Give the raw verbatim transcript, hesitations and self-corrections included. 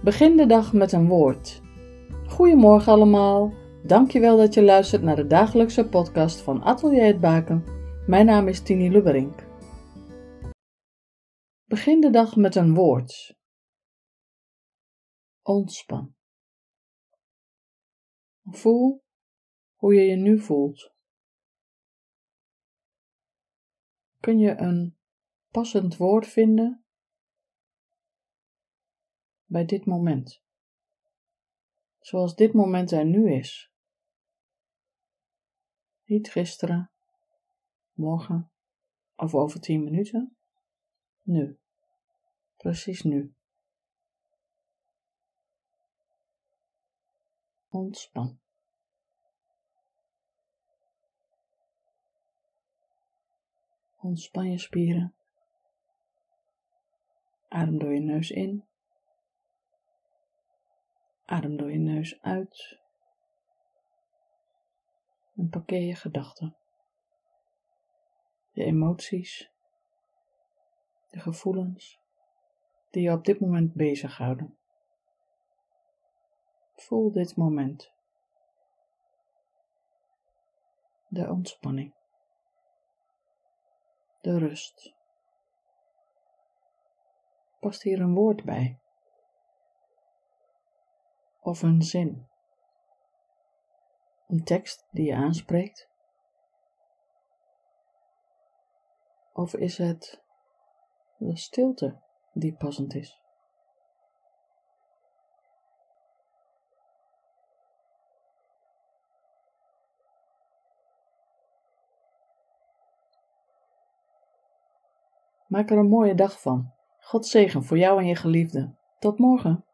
Begin de dag met een woord. Goedemorgen allemaal. Dankjewel dat je luistert naar de dagelijkse podcast van Atelier Het Baken. Mijn naam is Tini Lubberink. Begin de dag met een woord. Ontspan. Voel hoe je je nu voelt. Kun je een passend woord vinden bij dit moment? Zoals dit moment er nu is. Niet gisteren, morgen of over tien minuten. Nu. Precies nu. Ontspan. Ontspan je spieren. Adem door je neus in. Adem door je neus uit. En parkeer je gedachten. Je emoties. De gevoelens die je op dit moment bezighouden. Voel dit moment. De ontspanning. De rust. Past hier een woord bij? Of een zin? Een tekst die je aanspreekt? Of is het de stilte die passend is? Maak er een mooie dag van. God zegen voor jou en je geliefden. Tot morgen.